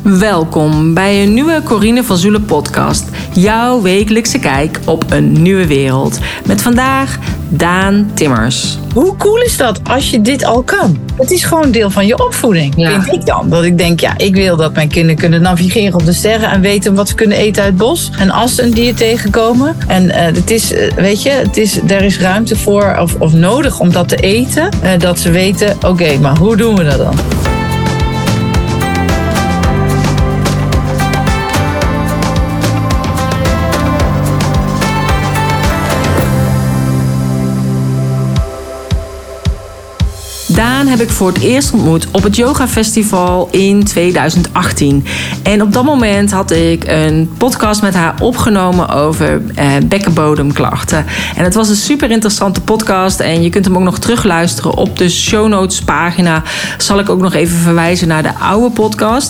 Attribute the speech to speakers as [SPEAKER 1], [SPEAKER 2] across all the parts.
[SPEAKER 1] Welkom bij een nieuwe Corine van Zoelen podcast. Jouw wekelijkse kijk op een nieuwe wereld. Met vandaag Daan Timmers.
[SPEAKER 2] Hoe cool is dat als je dit al kan? Het is gewoon deel van je opvoeding, vind ik dan. Dat ik denk, ik wil dat mijn kinderen kunnen navigeren op de sterren en weten wat ze kunnen eten uit het bos. En als ze een dier tegenkomen. En het is, er is ruimte voor of nodig om dat te eten. Dat ze weten, oké, maar hoe doen we dat dan?
[SPEAKER 1] Daan heb ik voor het eerst ontmoet op het Yoga Festival in 2018. En op dat moment had ik een podcast met haar opgenomen over bekkenbodemklachten. En het was een super interessante podcast en je kunt hem ook nog terugluisteren op de show notes pagina. Zal ik ook nog even verwijzen naar de oude podcast.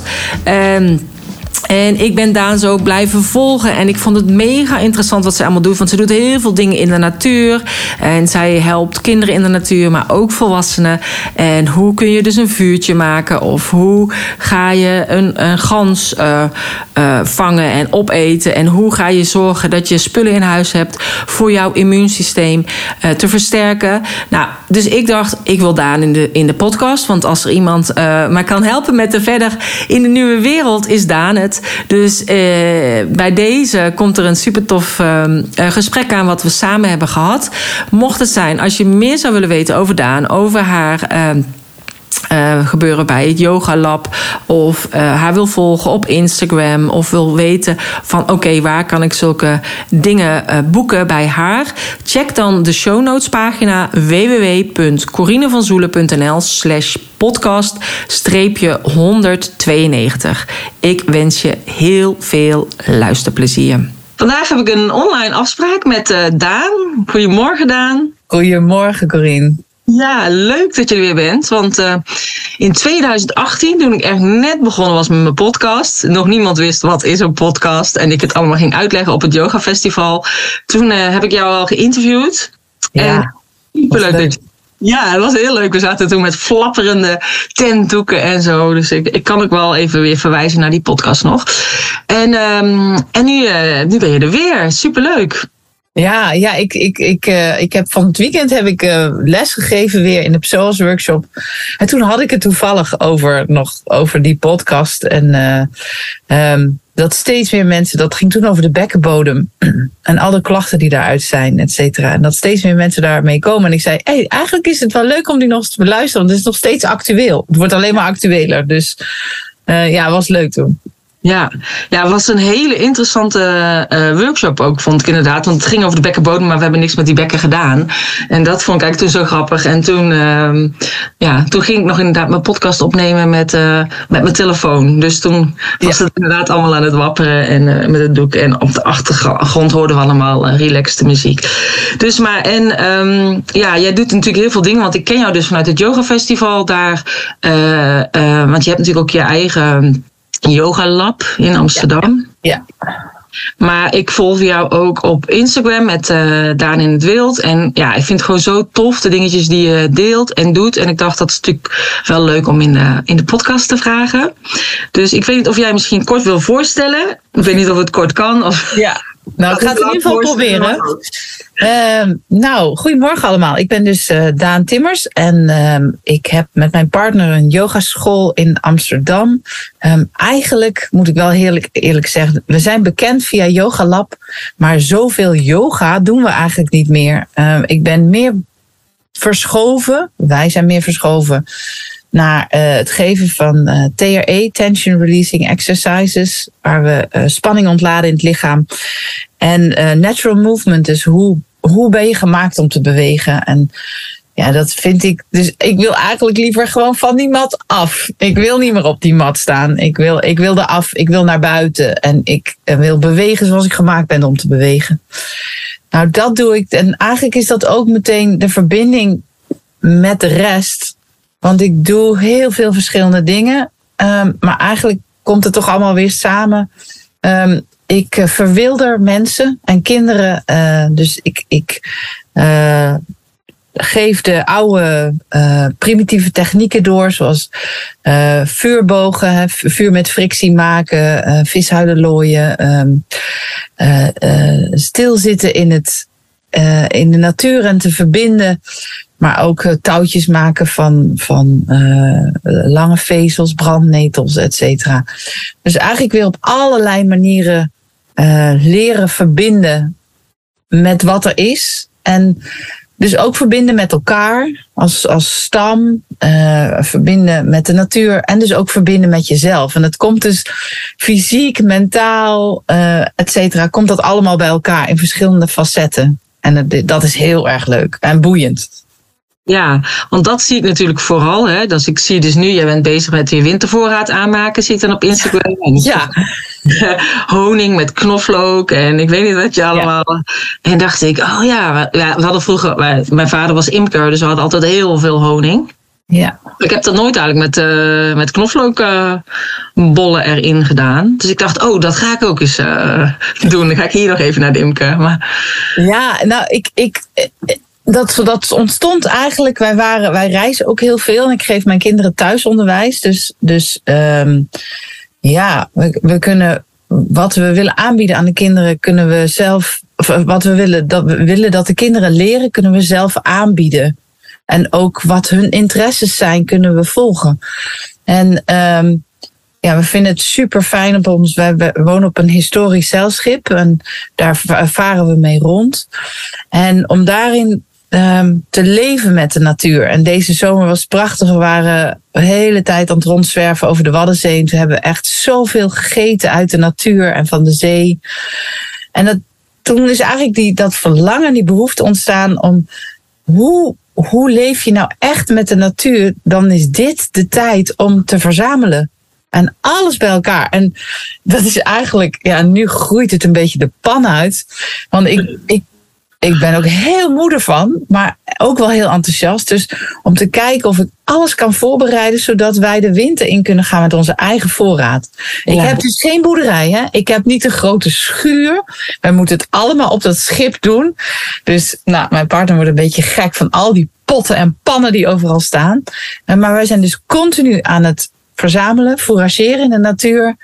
[SPEAKER 1] En ik ben Daan zo blijven volgen. En ik vond het mega interessant wat ze allemaal doet. Want ze doet heel veel dingen in de natuur. En zij helpt kinderen in de natuur, maar ook volwassenen. En hoe kun je dus een vuurtje maken? Of hoe ga je een gans vangen en opeten? En hoe ga je zorgen dat je spullen in huis hebt voor jouw immuunsysteem te versterken? Nou, dus ik dacht, ik wil Daan in de podcast. Want als er iemand mij kan helpen met de verder in de nieuwe wereld, is Daan het. Dus bij deze komt er een super tof gesprek aan wat we samen hebben gehad. Mocht het zijn, als je meer zou willen weten over Daan, over haar gebeuren bij het Yoga Lab, of haar wil volgen op Instagram, of wil weten van oké, waar kan ik zulke dingen boeken bij haar? Check dan de show notes pagina www.corinevanzoelen.nl/podcast-192. Ik wens je heel veel luisterplezier. Vandaag heb ik een online afspraak met Daan. Goedemorgen, Daan.
[SPEAKER 2] Goedemorgen, Corine.
[SPEAKER 1] Ja, leuk dat je er weer bent. Want in 2018, toen ik echt net begonnen was met mijn podcast, nog niemand wist wat is een podcast en ik het allemaal ging uitleggen op het Yoga Festival. Toen heb ik jou al geïnterviewd.
[SPEAKER 2] Ja,
[SPEAKER 1] superleuk. Ja, het was heel leuk. We zaten toen met flapperende tentdoeken en zo. Dus ik kan ook wel even weer verwijzen naar die podcast nog. En nu ben je er weer. Superleuk.
[SPEAKER 2] Ja, ik heb van het weekend les gegeven weer in de Psoas workshop. En toen had ik het toevallig over die podcast. En dat steeds meer mensen, dat ging toen over de bekkenbodem. En alle klachten die daaruit zijn, et cetera. En dat steeds meer mensen daarmee komen. En ik zei, eigenlijk is het wel leuk om die nog eens te beluisteren. Want het is nog steeds actueel. Het wordt alleen maar actueler. Dus het was leuk toen.
[SPEAKER 1] Ja, het was een hele interessante workshop ook, vond ik inderdaad. Want het ging over de bekkenbodem, maar we hebben niks met die bekken gedaan. En dat vond ik eigenlijk toen zo grappig. En toen ging ik nog inderdaad mijn podcast opnemen met mijn telefoon. Dus toen was het inderdaad allemaal aan het wapperen en met het doek. En op de achtergrond hoorden we allemaal relaxte muziek. Dus jij doet natuurlijk heel veel dingen. Want ik ken jou dus vanuit het Yoga Festival daar. Want je hebt natuurlijk ook je eigen Yoga Lab in Amsterdam.
[SPEAKER 2] Ja.
[SPEAKER 1] Maar ik volg jou ook op Instagram met Daan in het Wild. En ja, ik vind het gewoon zo tof, de dingetjes die je deelt en doet. En ik dacht, dat is natuurlijk wel leuk om in de podcast te vragen. Dus ik weet niet of jij misschien kort wil voorstellen. Ik weet niet of het kort kan.
[SPEAKER 2] Ja, nou, ik ga het in ieder geval proberen. Goedemorgen allemaal. Ik ben dus Daan Timmers en ik heb met mijn partner een yogaschool in Amsterdam. Eigenlijk moet ik wel eerlijk zeggen, we zijn bekend via Yoga Lab, maar zoveel yoga doen we eigenlijk niet meer. Ik ben meer verschoven, wij zijn meer verschoven naar het geven van TRE, Tension Releasing Exercises, waar we spanning ontladen in het lichaam. En natural movement, dus hoe ben je gemaakt om te bewegen? En ja, dat vind ik. Dus ik wil eigenlijk liever gewoon van die mat af. Ik wil niet meer op die mat staan. Ik wil eraf. Ik wil naar buiten. En ik wil bewegen zoals ik gemaakt ben om te bewegen. Nou, dat doe ik. En eigenlijk is dat ook meteen de verbinding met de rest. Want ik doe heel veel verschillende dingen. Maar eigenlijk komt het toch allemaal weer samen. Ik verwilder mensen en kinderen. Dus ik geef de oude primitieve technieken door, zoals vuurbogen, vuur met frictie maken, vishuiden looien, stilzitten in de natuur en te verbinden. Maar ook touwtjes maken van lange vezels, brandnetels, et cetera. Dus eigenlijk weer op allerlei manieren leren verbinden met wat er is. En dus ook verbinden met elkaar als stam. Verbinden met de natuur. En dus ook verbinden met jezelf. En het komt dus fysiek, mentaal, et cetera. Komt dat allemaal bij elkaar in verschillende facetten. En dat is heel erg leuk en boeiend.
[SPEAKER 1] Ja, want dat zie ik natuurlijk vooral. Hè. Dus ik zie dus nu, jij bent bezig met je wintervoorraad aanmaken, zie ik dan op Instagram.
[SPEAKER 2] Ja.
[SPEAKER 1] Honing met knoflook en ik weet niet wat je allemaal. Ja. En dacht ik, we hadden vroeger, mijn vader was imker, dus we hadden altijd heel veel honing.
[SPEAKER 2] Ja.
[SPEAKER 1] Ik heb dat nooit eigenlijk met knoflookbollen erin gedaan. Dus ik dacht, dat ga ik ook eens doen. Dan ga ik hier nog even naar de imker. Maar... Ja,
[SPEAKER 2] nou, dat ontstond eigenlijk. Wij reizen ook heel veel en ik geef mijn kinderen thuisonderwijs. Dus we kunnen wat we willen aanbieden aan de kinderen, kunnen we zelf. Wat we willen dat de kinderen leren, kunnen we zelf aanbieden. En ook wat hun interesses zijn, kunnen we volgen. En we vinden het super fijn op ons. We wonen op een historisch zeilschip en daar varen we mee rond. En om daarin te leven met de natuur. En deze zomer was prachtig. We waren de hele tijd aan het rondzwerven over de Waddenzee. We hebben echt zoveel gegeten uit de natuur en van de zee. En toen is eigenlijk dat verlangen, die behoefte ontstaan om hoe leef je nou echt met de natuur? Dan is dit de tijd om te verzamelen. En alles bij elkaar. En dat is eigenlijk, nu groeit het een beetje de pan uit. Want ik ben ook heel moe ervan, maar ook wel heel enthousiast. Dus om te kijken of ik alles kan voorbereiden, zodat wij de winter in kunnen gaan met onze eigen voorraad. Ja. Ik heb dus geen boerderij, hè? Ik heb niet een grote schuur. Wij moeten het allemaal op dat schip doen. Dus mijn partner wordt een beetje gek van al die potten en pannen die overal staan. Maar wij zijn dus continu aan het verzamelen, fourageren in de natuur.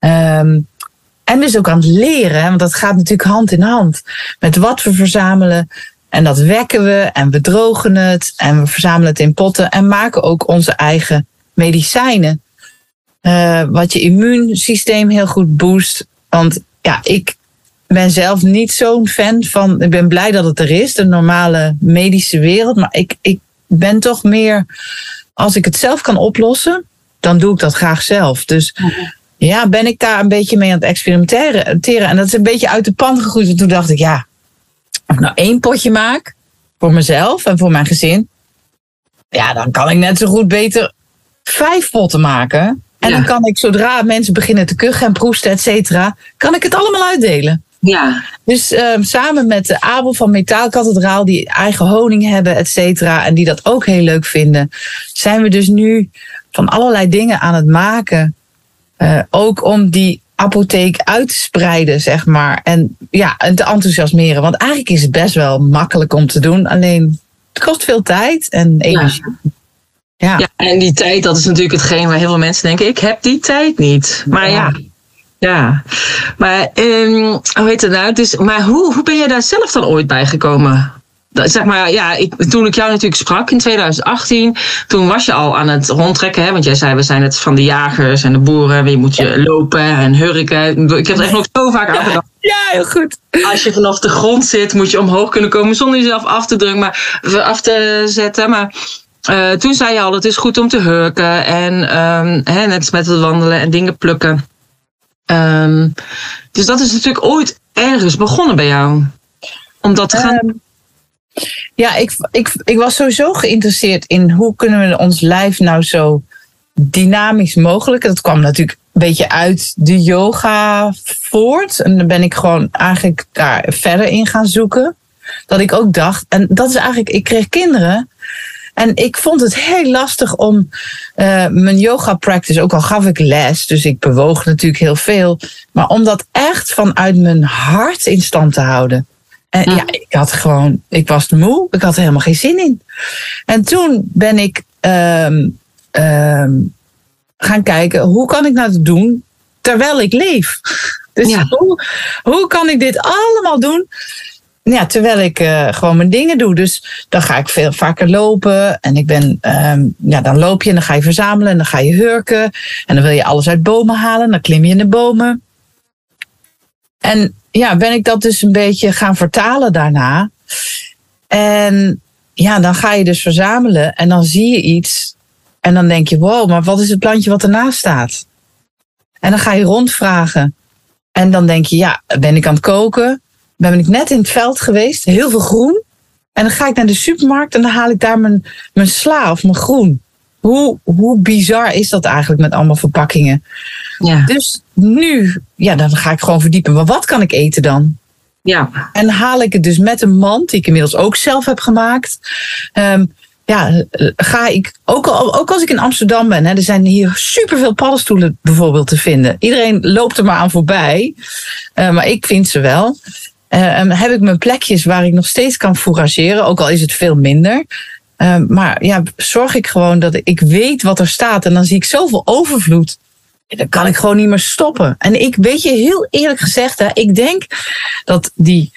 [SPEAKER 2] En dus ook aan het leren, want dat gaat natuurlijk hand in hand met wat we verzamelen. En dat wekken we en we drogen het en we verzamelen het in potten en maken ook onze eigen medicijnen. Wat je immuunsysteem heel goed boost. Want ik ben zelf niet zo'n fan van, ik ben blij dat het er is, de normale medische wereld. Maar ik ben toch meer, als ik het zelf kan oplossen, dan doe ik dat graag zelf. Dus ben ik daar een beetje mee aan het experimenteren. En dat is een beetje uit de pan gegroeid. En toen dacht ik, als ik nou 1 potje maak voor mezelf en voor mijn gezin, dan kan ik net zo goed beter 5 potten maken. En dan kan ik, zodra mensen beginnen te kuchen en proesten, et cetera, kan ik het allemaal uitdelen.
[SPEAKER 1] Ja.
[SPEAKER 2] Dus samen met de Abel van Metaalkathedraal, die eigen honing hebben, et cetera, en die dat ook heel leuk vinden, zijn we dus nu van allerlei dingen aan het maken. Ook om die apotheek uit te spreiden, zeg maar. En te enthousiasmeren. Want eigenlijk is het best wel makkelijk om te doen. Alleen, het kost veel tijd en energie.
[SPEAKER 1] Ja, en die tijd, dat is natuurlijk hetgeen waar heel veel mensen denken, ik heb die tijd niet. Maar ja. Maar hoe heet het nou? Dus, maar hoe ben jij daar zelf dan ooit bij gekomen? Zeg maar, toen ik jou natuurlijk sprak in 2018, toen was je al aan het rondtrekken, hè? Want jij zei, we zijn het van de jagers en de boeren, je moet je lopen en hurken. Ik heb er echt nog zo vaak aan gedacht.
[SPEAKER 2] Ja, heel goed.
[SPEAKER 1] Als je vanaf de grond zit, moet je omhoog kunnen komen zonder jezelf af te zetten. Maar toen zei je al, het is goed om te hurken en net als met het wandelen en dingen plukken. Dus dat is natuurlijk ooit ergens begonnen bij jou. Om dat te gaan...
[SPEAKER 2] Ik was sowieso geïnteresseerd in hoe kunnen we ons lijf nou zo dynamisch mogelijk. Dat kwam natuurlijk een beetje uit de yoga voort. En dan ben ik gewoon eigenlijk daar verder in gaan zoeken. Dat ik ook dacht, en dat is eigenlijk, ik kreeg kinderen. En ik vond het heel lastig om mijn yoga practice, ook al gaf ik les, dus ik bewoog natuurlijk heel veel. Maar om dat echt vanuit mijn hart in stand te houden. En ik was te moe. Ik had er helemaal geen zin in. En toen ben ik gaan kijken, hoe kan ik nou doen terwijl ik leef? Dus hoe kan ik dit allemaal doen? Ja, terwijl ik gewoon mijn dingen doe. Dus dan ga ik veel vaker lopen. En ik ben, dan loop je en dan ga je verzamelen. En dan ga je hurken. En dan wil je alles uit bomen halen. Dan klim je in de bomen. En ja, ben ik dat dus een beetje gaan vertalen daarna. En ja, dan ga je dus verzamelen. En dan zie je iets. En dan denk je, wow, maar wat is het plantje wat ernaast staat? En dan ga je rondvragen. En dan denk je, ja, ben ik aan het koken? Ben ik net in het veld geweest, heel veel groen. En dan ga ik naar de supermarkt en dan haal ik daar mijn sla of mijn groen. Hoe bizar is dat eigenlijk met allemaal verpakkingen? Ja. Dus nu, dan ga ik gewoon verdiepen. Maar wat kan ik eten dan? Ja. En haal ik het dus met een mand, die ik inmiddels ook zelf heb gemaakt. Ga ik, ook als ik in Amsterdam ben, er zijn hier superveel paddenstoelen bijvoorbeeld te vinden. Iedereen loopt er maar aan voorbij. Maar ik vind ze wel. Heb ik mijn plekjes waar ik nog steeds kan fourageren, ook al is het veel minder. Maar ja, zorg ik gewoon dat ik weet wat er staat. En dan zie ik zoveel overvloed. En dan kan ik gewoon niet meer stoppen. En ik weet je heel eerlijk gezegd, ik denk dat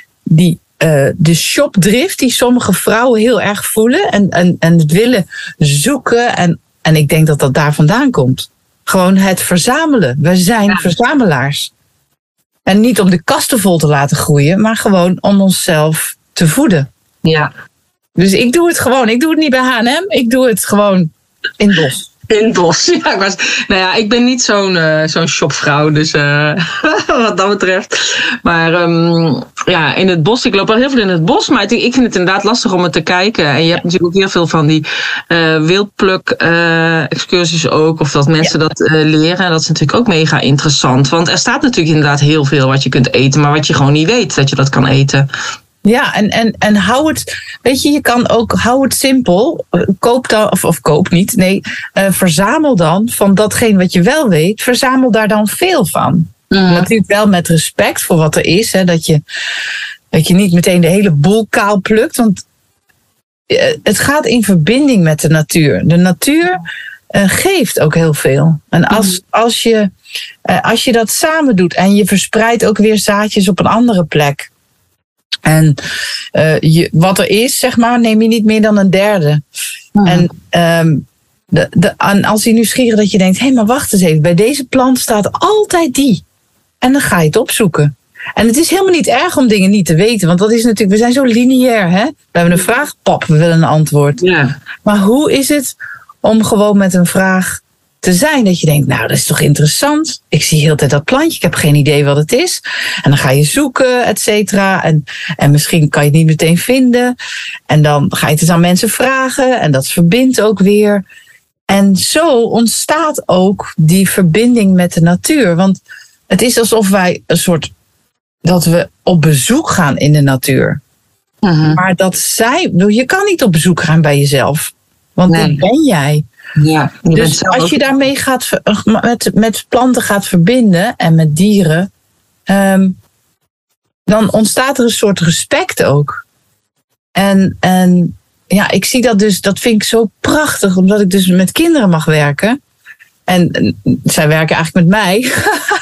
[SPEAKER 2] de shopdrift die sommige vrouwen heel erg voelen. En het willen zoeken. En ik denk dat dat daar vandaan komt. Gewoon het verzamelen. We zijn verzamelaars. En niet om de kasten vol te laten groeien, maar gewoon om onszelf te voeden. Ja. Dus ik doe het gewoon. Ik doe het niet bij H&M. Ik doe het gewoon in het bos.
[SPEAKER 1] In het bos, ja. Ik ben niet zo'n shopvrouw, dus wat dat betreft. Maar in het bos, ik loop wel heel veel in het bos, maar ik vind het inderdaad lastig om het te kijken. En je hebt natuurlijk ook heel veel van die wildpluk-excursies ook, of dat mensen dat leren. En dat is natuurlijk ook mega interessant, want er staat natuurlijk inderdaad heel veel wat je kunt eten, maar wat je gewoon niet weet dat je dat kan eten.
[SPEAKER 2] Ja, en hou het, weet je kan ook, hou het simpel. Koop dan, of koop niet, nee, verzamel dan van datgene wat je wel weet, verzamel daar dan veel van. Natuurlijk wel met respect voor wat er is, dat je niet meteen de hele boel kaal plukt, want het gaat in verbinding met de natuur. De natuur geeft ook heel veel. En als je dat samen doet en je verspreidt ook weer zaadjes op een andere plek. En wat er is, zeg maar, neem je niet meer dan een derde. En als je nieuwsgierig dat je denkt, hé, maar wacht eens even, bij deze plant staat altijd die. En dan ga je het opzoeken. En het is helemaal niet erg om dingen niet te weten, want dat is natuurlijk, we zijn zo lineair, hè? We hebben een vraag, pap, we willen een antwoord. Ja. Maar hoe is het om gewoon met een vraag te zijn dat je denkt, nou, dat is toch interessant. Ik zie heel de tijd dat plantje, ik heb geen idee wat het is. En dan ga je zoeken, et cetera. En misschien kan je het niet meteen vinden. En dan ga je het eens aan mensen vragen. En dat verbindt ook weer. En zo ontstaat ook die verbinding met de natuur. Want het is alsof wij dat we op bezoek gaan in de natuur. Maar je kan niet op bezoek gaan bij jezelf. Want dit ben jij. Ja, dus als je daarmee met planten gaat verbinden en met dieren, dan ontstaat er een soort respect ook. En ik zie dat dus, dat vind ik zo prachtig, omdat ik dus met kinderen mag werken. En zij werken eigenlijk met mij.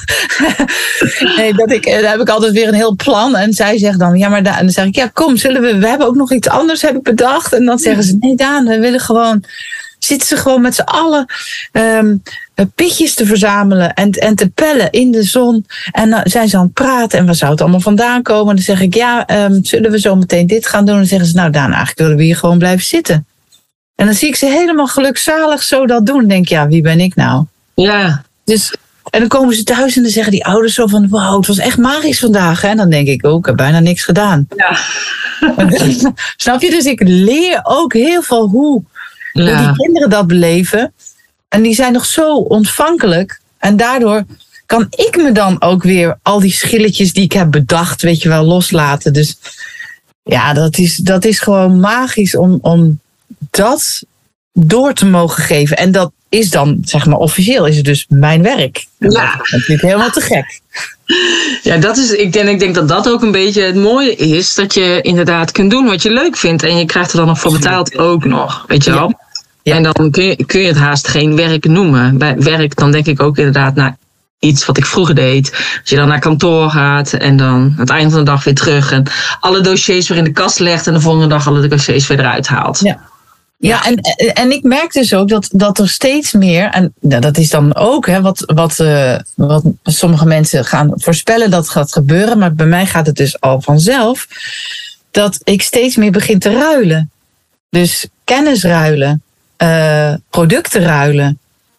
[SPEAKER 2] Daar heb ik altijd weer een heel plan. En zij zegt dan, en dan zeg ik, ja, kom, we hebben ook nog iets anders, heb ik bedacht. En dan zeggen ze, nee Daan, we willen gewoon, zitten ze gewoon met z'n allen pitjes te verzamelen en te pellen in de zon. En dan zijn ze aan het praten en waar zou het allemaal vandaan komen? En dan zeg ik, zullen we zo meteen dit gaan doen? En dan zeggen ze, nou Daan, eigenlijk willen we hier gewoon blijven zitten. En dan zie ik ze helemaal gelukzalig zo dat doen. En denk, wie ben ik nou? Ja. Dus, en dan komen ze thuis en dan zeggen die ouders zo van, wauw, het was echt magisch vandaag. Hè? En dan denk ik, ik heb bijna niks gedaan. Ja. Snap je? Dus ik leer ook heel veel hoe die kinderen dat beleven. En die zijn nog zo ontvankelijk. En daardoor kan ik me dan ook weer al die schilletjes die ik heb bedacht, weet je wel, loslaten. Dus ja, dat is gewoon magisch om dat door te mogen geven. En dat is dan, zeg maar, officieel is het dus mijn werk. En dat is natuurlijk helemaal te gek.
[SPEAKER 1] Ja, ik denk dat dat ook een beetje het mooie is. Dat je inderdaad kunt doen wat je leuk vindt. En je krijgt er dan nog voor betaald ook nog. Weet je wel? Ja. En dan kun je het haast geen werk noemen. Bij werk dan denk ik ook inderdaad naar iets wat ik vroeger deed. Als je dan naar kantoor gaat en dan aan het einde van de dag weer terug. En alle dossiers weer in de kast legt. En de volgende dag alle dossiers weer eruit haalt.
[SPEAKER 2] Ja, en ik merk dus ook dat er steeds meer, en dat is dan ook wat sommige mensen gaan voorspellen dat gaat gebeuren, maar bij mij gaat het dus al vanzelf, dat ik steeds meer begin te ruilen. Dus kennis ruilen, producten ruilen,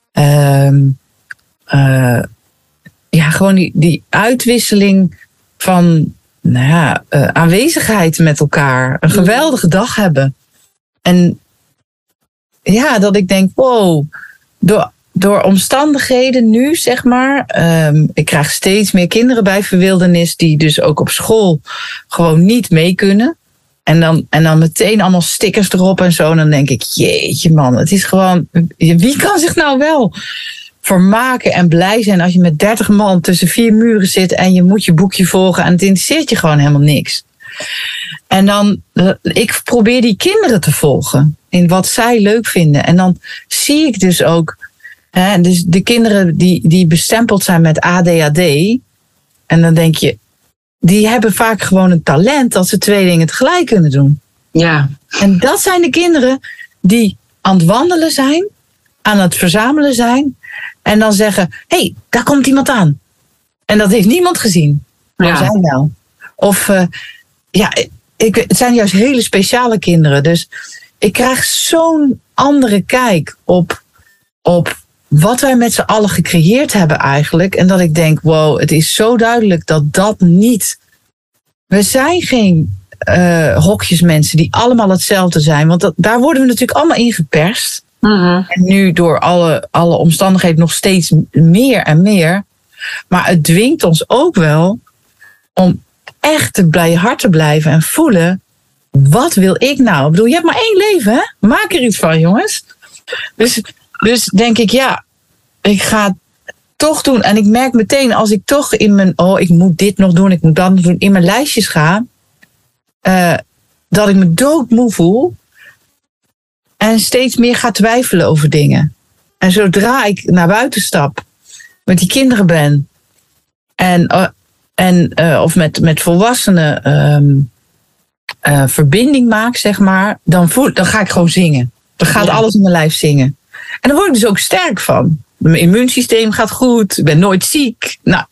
[SPEAKER 2] gewoon die uitwisseling van aanwezigheid met elkaar, een geweldige dag hebben. En ja, dat ik denk, wow, door omstandigheden nu, zeg maar. Ik krijg steeds meer kinderen bij verwildernis die dus ook op school gewoon niet mee kunnen. En dan meteen allemaal stickers erop en zo. En dan denk ik, jeetje man, het is gewoon, wie kan zich nou wel vermaken en blij zijn als je met 30 man tussen 4 muren zit en je moet je boekje volgen en het interesseert je gewoon helemaal niks. En dan, ik probeer die kinderen te volgen in wat zij leuk vinden. En dan zie ik dus ook, dus de kinderen die bestempeld zijn met ADHD. En dan denk je, die hebben vaak gewoon een talent dat ze 2 dingen tegelijk kunnen doen. Ja. En dat zijn de kinderen die aan het wandelen zijn, aan het verzamelen zijn. En dan zeggen, hé, daar komt iemand aan. En dat heeft niemand gezien. Maar zij wel. Of het zijn juist hele speciale kinderen. Dus ik krijg zo'n andere kijk op wat wij met z'n allen gecreëerd hebben eigenlijk. En dat ik denk, wow, het is zo duidelijk dat niet. We zijn geen hokjesmensen die allemaal hetzelfde zijn. Want daar worden we natuurlijk allemaal in geperst. Mm-hmm. En nu door alle omstandigheden nog steeds meer en meer. Maar het dwingt ons ook wel om echt bij je hart te blijven en voelen, wat wil ik nou? Ik bedoel, je hebt maar 1 leven, hè? Maak er iets van, jongens. Dus denk ik, ik ga het toch doen. En ik merk meteen, als ik toch in ik moet dit nog doen, ik moet dat nog doen, in mijn lijstjes ga, dat ik me doodmoe voel en steeds meer ga twijfelen over dingen. En zodra ik naar buiten stap, met die kinderen ben of met volwassenen verbinding maak, zeg maar, dan ga ik gewoon zingen. Dan gaat alles in mijn lijf zingen. En dan word ik dus ook sterk van. Mijn immuunsysteem gaat goed. Ik ben nooit ziek. Nou,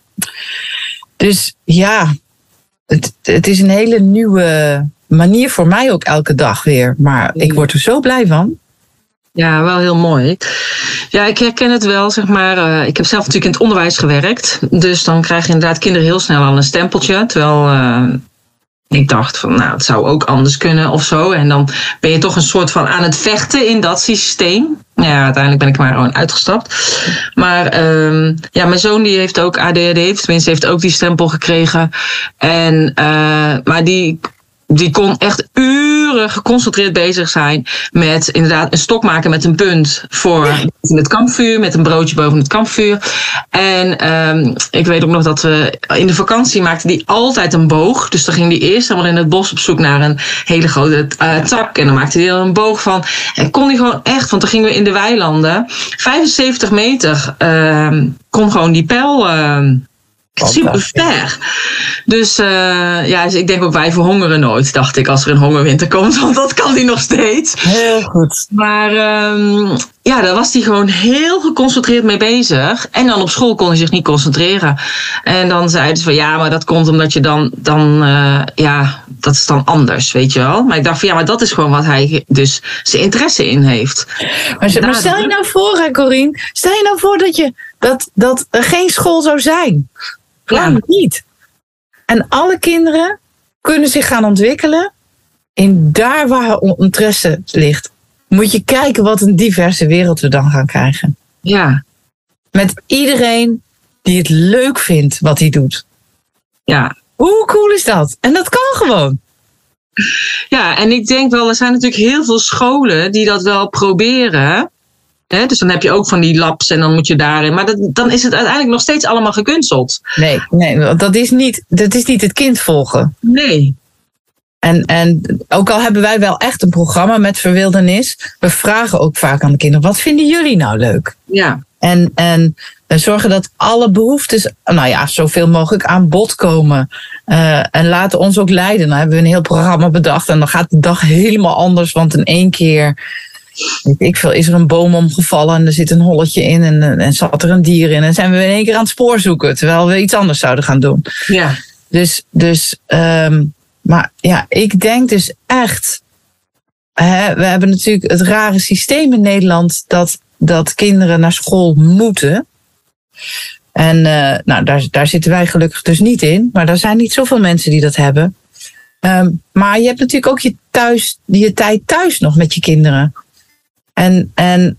[SPEAKER 2] dus ja, het is een hele nieuwe manier voor mij ook elke dag weer. Maar ik word er zo blij van.
[SPEAKER 3] Ja, wel heel mooi. Ja, ik herken het wel, zeg maar. Ik heb zelf natuurlijk in het onderwijs gewerkt. Dus dan krijg je inderdaad kinderen heel snel al een stempeltje. Terwijl ik dacht van, het zou ook anders kunnen of zo. En dan ben je toch een soort van aan het vechten in dat systeem. Ja, uiteindelijk ben ik maar gewoon uitgestapt. Maar mijn zoon die heeft ook ADHD. Tenminste, heeft ook die stempel gekregen. Maar die kon echt uren geconcentreerd bezig zijn met inderdaad een stok maken met een punt voor het kampvuur, met een broodje boven het kampvuur. En ik weet ook nog dat we in de vakantie maakte die altijd een boog. Dus dan ging die eerst helemaal in het bos op zoek naar een hele grote tak. En dan maakte hij er een boog van. En kon hij gewoon echt, want dan gingen we in de weilanden, 75 meter kon gewoon die pijl super ver. Dus ik denk ook wij verhongeren nooit, dacht ik, als er een hongerwinter komt. Want dat kan hij nog steeds.
[SPEAKER 2] Heel goed.
[SPEAKER 3] Maar daar was hij gewoon heel geconcentreerd mee bezig. En dan op school kon hij zich niet concentreren. En dan zeiden ze van maar dat komt omdat je dan dat is dan anders, weet je wel. Maar ik dacht van maar dat is gewoon wat hij dus zijn interesse in heeft.
[SPEAKER 2] Maar stel je nou voor, Corine, stel je nou voor dat er geen school zou zijn. Lang niet. En alle kinderen kunnen zich gaan ontwikkelen in daar waar hun interesse ligt. Moet je kijken wat een diverse wereld we dan gaan krijgen.
[SPEAKER 3] Ja.
[SPEAKER 2] Met iedereen die het leuk vindt wat hij doet.
[SPEAKER 3] Ja.
[SPEAKER 2] Hoe cool is dat? En dat kan gewoon.
[SPEAKER 3] Ja, en ik denk wel, er zijn natuurlijk heel veel scholen die dat wel proberen. Dus dan heb je ook van die labs en dan moet je daarin. Maar dan is het uiteindelijk nog steeds allemaal gekunsteld.
[SPEAKER 2] Nee, dat is niet het kind volgen.
[SPEAKER 3] Nee.
[SPEAKER 2] En ook al hebben wij wel echt een programma met verwildernis, we vragen ook vaak aan de kinderen, wat vinden jullie nou leuk?
[SPEAKER 3] Ja.
[SPEAKER 2] En zorgen dat alle behoeftes, zoveel mogelijk aan bod komen. En laten ons ook leiden. Dan hebben we een heel programma bedacht en dan gaat de dag helemaal anders, want in één keer, weet ik veel, is er een boom omgevallen en er zit een holletje in en zat er een dier in. En zijn we in één keer aan het spoor zoeken, terwijl we iets anders zouden gaan doen.
[SPEAKER 3] Ja.
[SPEAKER 2] Maar ja, ik denk dus echt, we hebben natuurlijk het rare systeem in Nederland dat kinderen naar school moeten. En daar zitten wij gelukkig dus niet in. Maar er zijn niet zoveel mensen die dat hebben. Maar je hebt natuurlijk ook je tijd thuis nog met je kinderen. En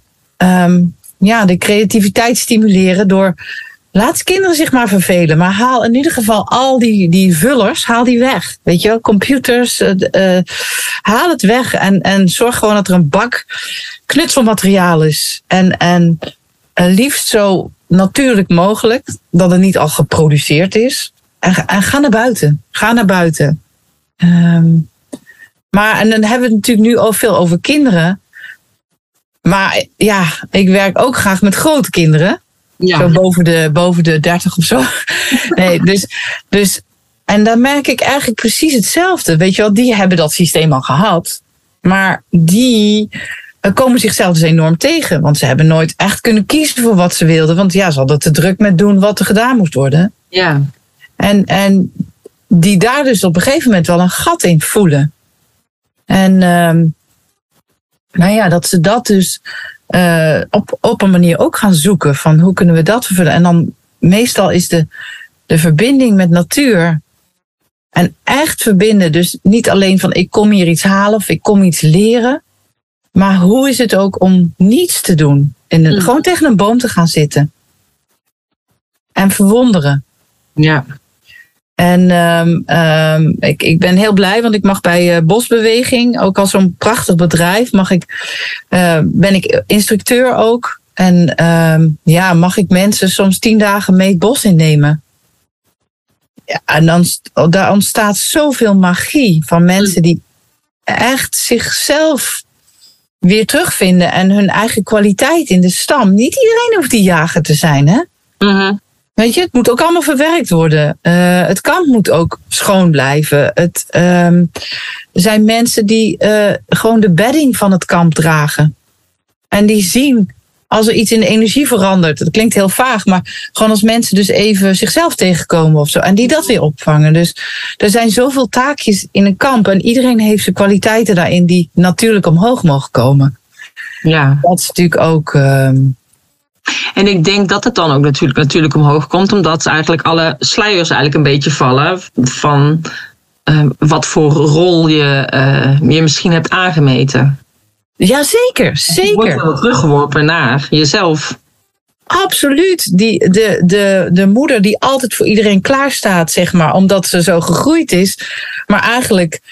[SPEAKER 2] de creativiteit stimuleren door, laat kinderen zich maar vervelen. Maar haal in ieder geval al die vullers, haal die weg. Weet je wel, computers, haal het weg. En zorg gewoon dat er een bak knutselmateriaal is. En liefst zo natuurlijk mogelijk, dat het niet al geproduceerd is. En ga naar buiten. Ga naar buiten. En dan hebben we het natuurlijk nu al veel over kinderen. Maar ja, ik werk ook graag met grote kinderen. Ja. Zo boven de 30 of zo. Nee, dus, en dan merk ik eigenlijk precies hetzelfde. Weet je wel, die hebben dat systeem al gehad. Maar die komen zichzelf dus enorm tegen. Want ze hebben nooit echt kunnen kiezen voor wat ze wilden. Want ja, ze hadden te druk met doen wat er gedaan moest worden. Ja. En die daar dus op een gegeven moment wel een gat in voelen. En dat ze dat dus op een manier ook gaan zoeken. Van hoe kunnen we dat vervullen? En dan meestal is de verbinding met natuur. En echt verbinden. Dus niet alleen van ik kom hier iets halen of ik kom iets leren. Maar hoe is het ook om niets te doen? Gewoon tegen een boom te gaan zitten. En verwonderen. Ja. En ik ben heel blij, want ik mag bij Bosbeweging, ook al zo'n prachtig bedrijf, ben ik instructeur ook. En mag ik mensen soms 10 dagen mee het bos innemen. Ja, en daar ontstaat zoveel magie van mensen die echt zichzelf weer terugvinden en hun eigen kwaliteit in de stam. Niet iedereen hoeft die jager te zijn, hè? Uh-huh. Weet je, het moet ook allemaal verwerkt worden. Het kamp moet ook schoon blijven. Er zijn mensen die gewoon de bedding van het kamp dragen. En die zien als er iets in de energie verandert. Dat klinkt heel vaag, maar gewoon als mensen dus even zichzelf tegenkomen of zo. En die dat weer opvangen. Dus er zijn zoveel taakjes in een kamp. En iedereen heeft zijn kwaliteiten daarin die natuurlijk omhoog mogen komen. Ja. Dat is natuurlijk ook.
[SPEAKER 3] En ik denk dat het dan ook natuurlijk omhoog komt, omdat eigenlijk alle sluiers eigenlijk een beetje vallen van wat voor rol je misschien hebt aangemeten.
[SPEAKER 2] Ja, zeker.
[SPEAKER 3] Je wordt wel teruggeworpen naar jezelf.
[SPEAKER 2] Absoluut. De moeder die altijd voor iedereen klaarstaat, zeg maar, omdat ze zo gegroeid is, maar eigenlijk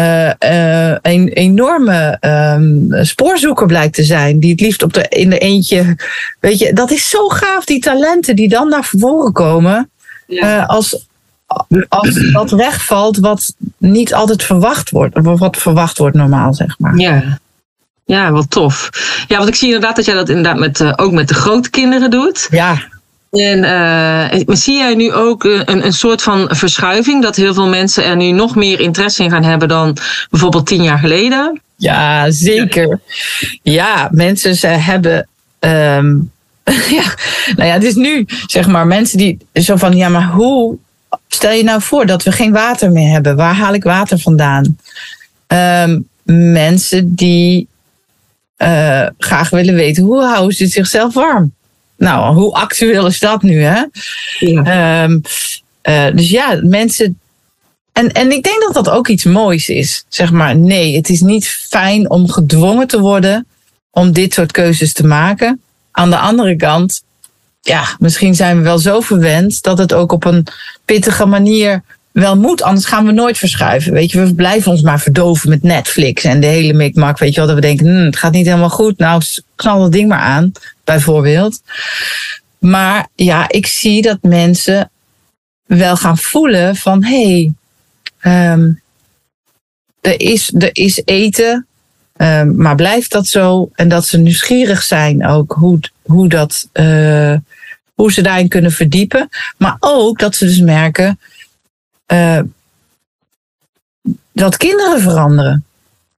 [SPEAKER 2] een enorme spoorzoeker blijkt te zijn. Die het liefst in de eentje. Weet je, dat is zo gaaf, die talenten die dan naar voren komen. Ja. Als dat wegvalt, wat niet altijd verwacht wordt. Of wat verwacht wordt normaal, zeg maar.
[SPEAKER 3] Ja. Ja, wat tof. Ja, want ik zie inderdaad dat jij dat inderdaad ook met de grote kinderen doet.
[SPEAKER 2] Ja.
[SPEAKER 3] En zie jij nu ook een soort van verschuiving, dat heel veel mensen er nu nog meer interesse in gaan hebben dan bijvoorbeeld 10 jaar geleden?
[SPEAKER 2] Ja, zeker. Ja, mensen ze hebben. Het is nu zeg maar mensen die zo van ja, maar hoe stel je nou voor dat we geen water meer hebben? Waar haal ik water vandaan? Mensen die graag willen weten hoe houden ze zichzelf warm. Nou, hoe actueel is dat nu, hè? Ja. Dus ja, mensen. En ik denk dat dat ook iets moois is. Zeg maar, nee, het is niet fijn om gedwongen te worden om dit soort keuzes te maken. Aan de andere kant, ja, misschien zijn we wel zo verwend dat het ook op een pittige manier wel moet, anders gaan we nooit verschuiven. Weet je, we blijven ons maar verdoven met Netflix en de hele mikmak. Weet je wel, dat we denken, het gaat niet helemaal goed. Nou, knal dat ding maar aan, bijvoorbeeld. Maar ja, ik zie dat mensen wel gaan voelen van, er is eten, maar blijft dat zo? En dat ze nieuwsgierig zijn ook hoe ze daarin kunnen verdiepen. Maar ook dat ze dus merken dat kinderen veranderen.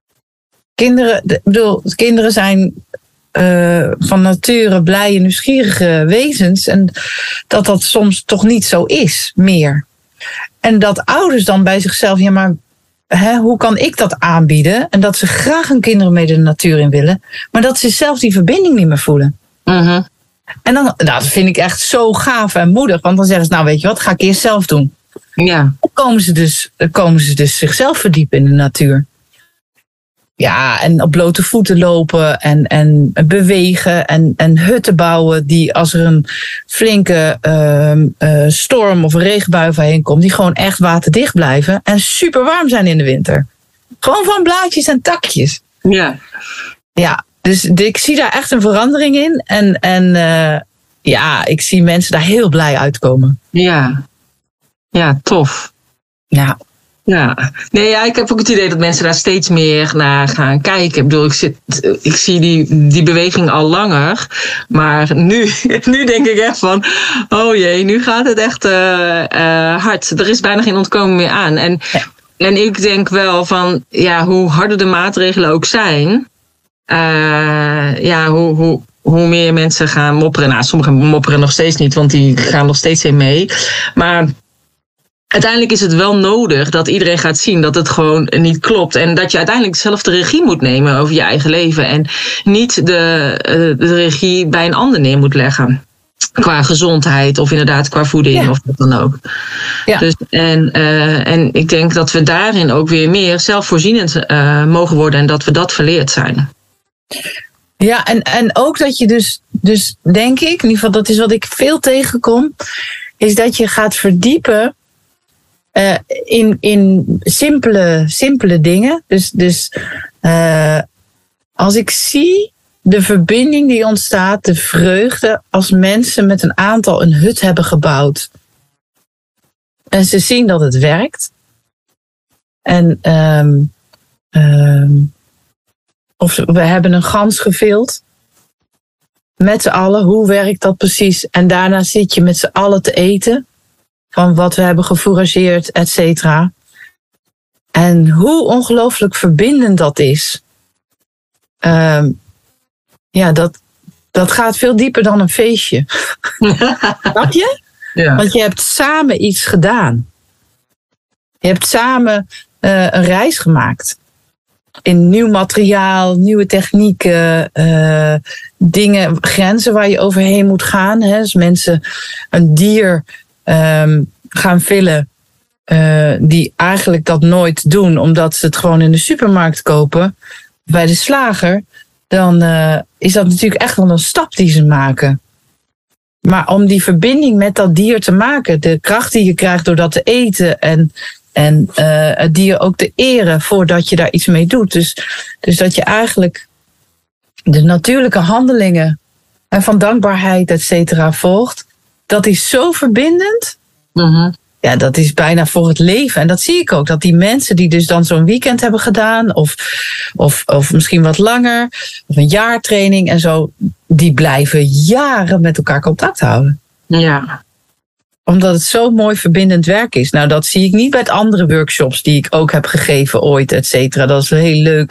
[SPEAKER 2] Kinderen zijn van nature blije, nieuwsgierige wezens. En dat soms toch niet zo is meer. En dat ouders dan bij zichzelf, ja maar hoe kan ik dat aanbieden? En dat ze graag hun kinderen mee de natuur in willen. Maar dat ze zelf die verbinding niet meer voelen. Uh-huh. En dan, dat vind ik echt zo gaaf en moedig. Want dan zeggen ze, nou weet je wat, ga ik eerst zelf doen. Ja. Dan komen ze dus zichzelf verdiepen in de natuur. Ja, en op blote voeten lopen en bewegen en hutten bouwen die als er een flinke storm of een regenbui overheen komt, die gewoon echt waterdicht blijven en super warm zijn in de winter. Gewoon van blaadjes en takjes. Ja. Ja, dus ik zie daar echt een verandering in en ik zie mensen daar heel blij uitkomen.
[SPEAKER 3] Ja, tof.
[SPEAKER 2] Ja.
[SPEAKER 3] Ja, ik heb ook het idee dat mensen daar steeds meer naar gaan kijken. Ik bedoel, ik zie die beweging al langer. Maar nu denk ik echt van, oh jee, nu gaat het echt hard. Er is bijna geen ontkomen meer aan. En ik denk wel van, ja, hoe harder de maatregelen ook zijn, hoe meer mensen gaan mopperen. Nou, sommigen mopperen nog steeds niet, want die gaan nog steeds in mee. Maar uiteindelijk is het wel nodig dat iedereen gaat zien dat het gewoon niet klopt. En dat je uiteindelijk zelf de regie moet nemen over je eigen leven. En niet de regie bij een ander neer moet leggen. Qua gezondheid of inderdaad qua voeding of wat dan ook. Ja. Dus, en ik denk dat we daarin ook weer meer zelfvoorzienend mogen worden. En dat we dat verleerd zijn.
[SPEAKER 2] Ja, en ook dat je dus denk ik, in ieder geval dat is wat ik veel tegenkom, is dat je gaat verdiepen in simpele dingen. Dus als ik zie de verbinding die ontstaat, de vreugde als mensen met een aantal een hut hebben gebouwd. En ze zien dat het werkt. En of we hebben een gans gevild. Met z'n allen, hoe werkt dat precies? En daarna zit je met z'n allen te eten. Van wat we hebben gefourageerd, et cetera. En hoe ongelooflijk verbindend dat is. Dat gaat veel dieper dan een feestje. Snap je? Ja. Want je hebt samen iets gedaan. Je hebt samen een reis gemaakt. In nieuw materiaal, nieuwe technieken, dingen, grenzen waar je overheen moet gaan. Hè? Dus mensen een dier gaan villen die eigenlijk dat nooit doen, omdat ze het gewoon in de supermarkt kopen, bij de slager, dan is dat natuurlijk echt wel een stap die ze maken. Maar om die verbinding met dat dier te maken, de kracht die je krijgt door dat te eten en het dier ook te eren voordat je daar iets mee doet. Dus dat je eigenlijk de natuurlijke handelingen en van dankbaarheid, et cetera, volgt. Dat is zo verbindend. Mm-hmm. Ja, dat is bijna voor het leven. En dat zie ik ook. Dat die mensen die dus dan zo'n weekend hebben gedaan, of misschien wat langer, of een jaartraining en zo, die blijven jaren met elkaar contact houden. Ja. Omdat het zo mooi verbindend werk is. Nou, dat zie ik niet bij het andere workshops die ik ook heb gegeven ooit, et cetera. Dat is heel leuk.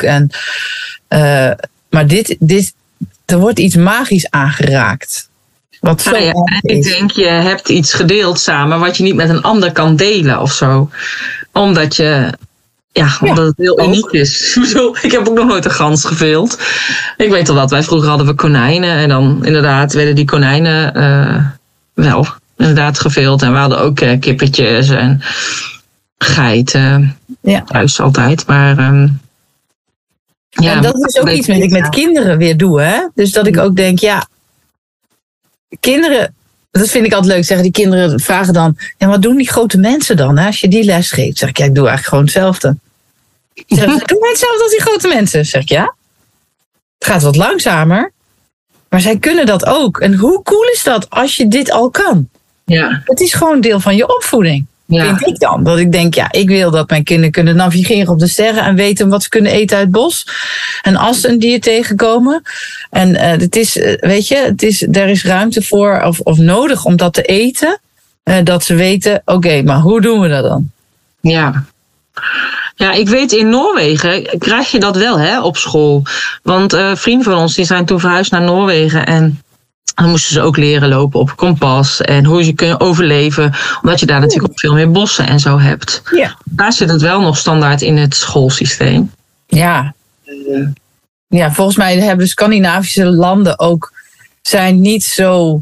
[SPEAKER 2] Maar er wordt iets magisch aangeraakt. Wat zo
[SPEAKER 3] ik denk, je hebt iets gedeeld samen wat je niet met een ander kan delen of zo. Omdat het heel uniek is. Ik heb ook nog nooit een gans gevild. Ik weet al dat wij vroeger hadden we konijnen. En dan inderdaad werden die konijnen wel inderdaad gevild. En we hadden ook kippetjes en geiten. Ja. Thuis altijd. Maar
[SPEAKER 2] en dat is ook iets wat ik met kinderen weer doe. Hè? Dus dat ik ook denk, kinderen Dat vind ik altijd leuk. Zeggen die kinderen vragen dan, ja, wat doen die grote mensen dan, hè, als je die les geeft? Zeg ik, ja, ik doe eigenlijk gewoon hetzelfde. Zeggen ze, doen wij hetzelfde als die grote mensen? Zeg ik, ja. Het gaat wat langzamer. Maar zij kunnen dat ook. En hoe cool is dat als je dit al kan?
[SPEAKER 3] Ja.
[SPEAKER 2] Het is gewoon deel van je opvoeding.
[SPEAKER 3] Ja.
[SPEAKER 2] Vind ik dan. Dat ik denk, ja, ik wil dat mijn kinderen kunnen navigeren op de sterren en weten wat ze kunnen eten uit het bos. En als ze een dier tegenkomen. En het is, weet je, er is ruimte voor of nodig om dat te eten. Dat ze weten, oké, maar hoe doen we dat dan?
[SPEAKER 3] Ja. Ja, ik weet in Noorwegen krijg je dat wel, hè, op school. Want vrienden van ons die zijn toen verhuisd naar Noorwegen en dan moesten ze ook leren lopen op kompas en hoe je kunt overleven. Omdat je daar natuurlijk ook veel meer bossen en zo hebt.
[SPEAKER 2] Ja.
[SPEAKER 3] Daar zit het wel nog standaard in het schoolsysteem.
[SPEAKER 2] Ja. Ja, volgens mij hebben de Scandinavische landen ook zijn niet zo,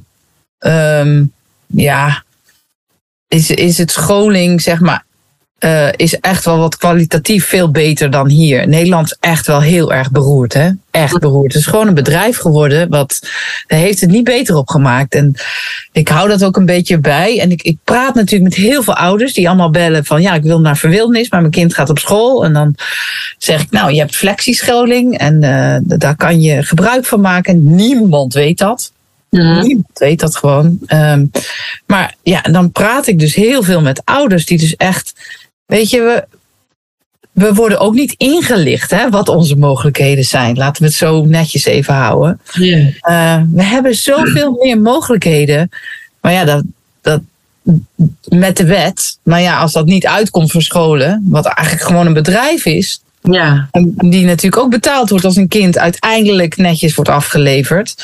[SPEAKER 2] is het scholing, zeg maar, is echt wel wat kwalitatief veel beter dan hier. Nederland is echt wel heel erg beroerd, hè? Echt beroerd. Het is gewoon een bedrijf geworden, daar heeft het niet beter op gemaakt. En ik hou dat ook een beetje bij. En ik praat natuurlijk met heel veel ouders die allemaal bellen van, ja, ik wil naar Verwildernis, maar mijn kind gaat op school. En dan zeg ik, nou, je hebt flexiescholing en daar kan je gebruik van maken. Niemand weet dat. Niemand weet dat gewoon. Maar ja, dan praat ik dus heel veel met ouders die dus echt, weet je, we worden ook niet ingelicht, hè, wat onze mogelijkheden zijn. Laten we het zo netjes even houden. We hebben zoveel meer mogelijkheden. Maar ja, dat met de wet. Maar ja, als dat niet uitkomt voor scholen, wat eigenlijk gewoon een bedrijf is.
[SPEAKER 3] Ja.
[SPEAKER 2] En die natuurlijk ook betaald wordt als een kind uiteindelijk netjes wordt afgeleverd.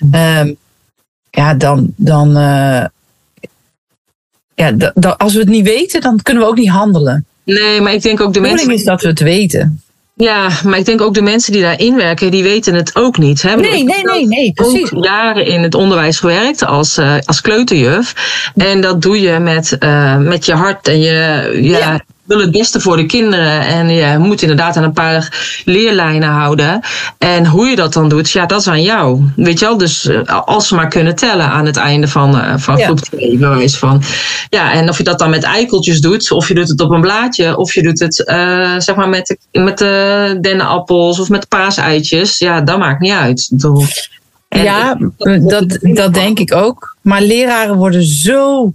[SPEAKER 2] Als we het niet weten, dan kunnen we ook niet handelen.
[SPEAKER 3] Nee, maar ik denk ook de mensen.
[SPEAKER 2] Is dat we het weten.
[SPEAKER 3] Ja, maar ik denk ook de mensen die daarin werken, die weten het ook niet. Hè?
[SPEAKER 2] Nee, precies.
[SPEAKER 3] Ik heb jaren in het onderwijs gewerkt als kleuterjuf. En dat doe je met je hart en je wil het beste voor de kinderen. En je moet inderdaad aan een paar leerlijnen houden. En hoe je dat dan doet, ja, dat is aan jou. Weet je wel, dus als ze maar kunnen tellen aan het einde van groep 2, bewijs van. Ja, en of je dat dan met eikeltjes doet, of je doet het op een blaadje, of je doet het zeg maar met de dennenappels of met paaseitjes. Ja, dat maakt niet uit.
[SPEAKER 2] Ja, dat denk ik ook. Maar leraren worden zo.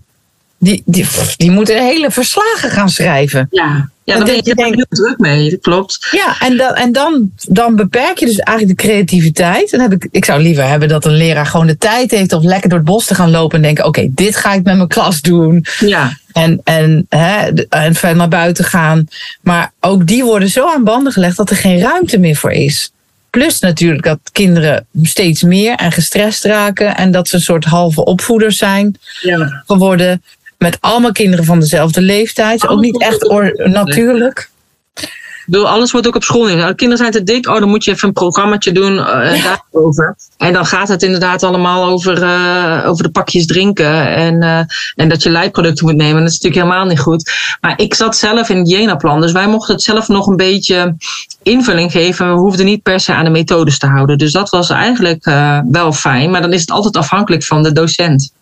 [SPEAKER 2] Die moeten hele verslagen gaan schrijven.
[SPEAKER 3] Ja, daar ben je heel druk mee, dat klopt.
[SPEAKER 2] Ja, en dan beperk je dus eigenlijk de creativiteit. Ik zou liever hebben dat een leraar gewoon de tijd heeft om lekker door het bos te gaan lopen en denken, oké, dit ga ik met mijn klas doen.
[SPEAKER 3] Ja.
[SPEAKER 2] En verder naar buiten gaan. Maar ook die worden zo aan banden gelegd dat er geen ruimte meer voor is. Plus natuurlijk dat kinderen steeds meer en gestrest raken en dat ze een soort halve opvoeders zijn geworden. Met allemaal kinderen van dezelfde leeftijd. Ook niet echt natuurlijk.
[SPEAKER 3] Alles wordt ook op school neer. Kinderen zijn te dik. Dan moet je even een programmaatje doen daarover. En dan gaat het inderdaad allemaal over de pakjes drinken. En dat je lijkproducten moet nemen. Dat is natuurlijk helemaal niet goed. Maar ik zat zelf in het Jena-plan. Dus wij mochten het zelf nog een beetje invulling geven. We hoefden niet per se aan de methodes te houden. Dus dat was eigenlijk wel fijn. Maar dan is het altijd afhankelijk van de docent.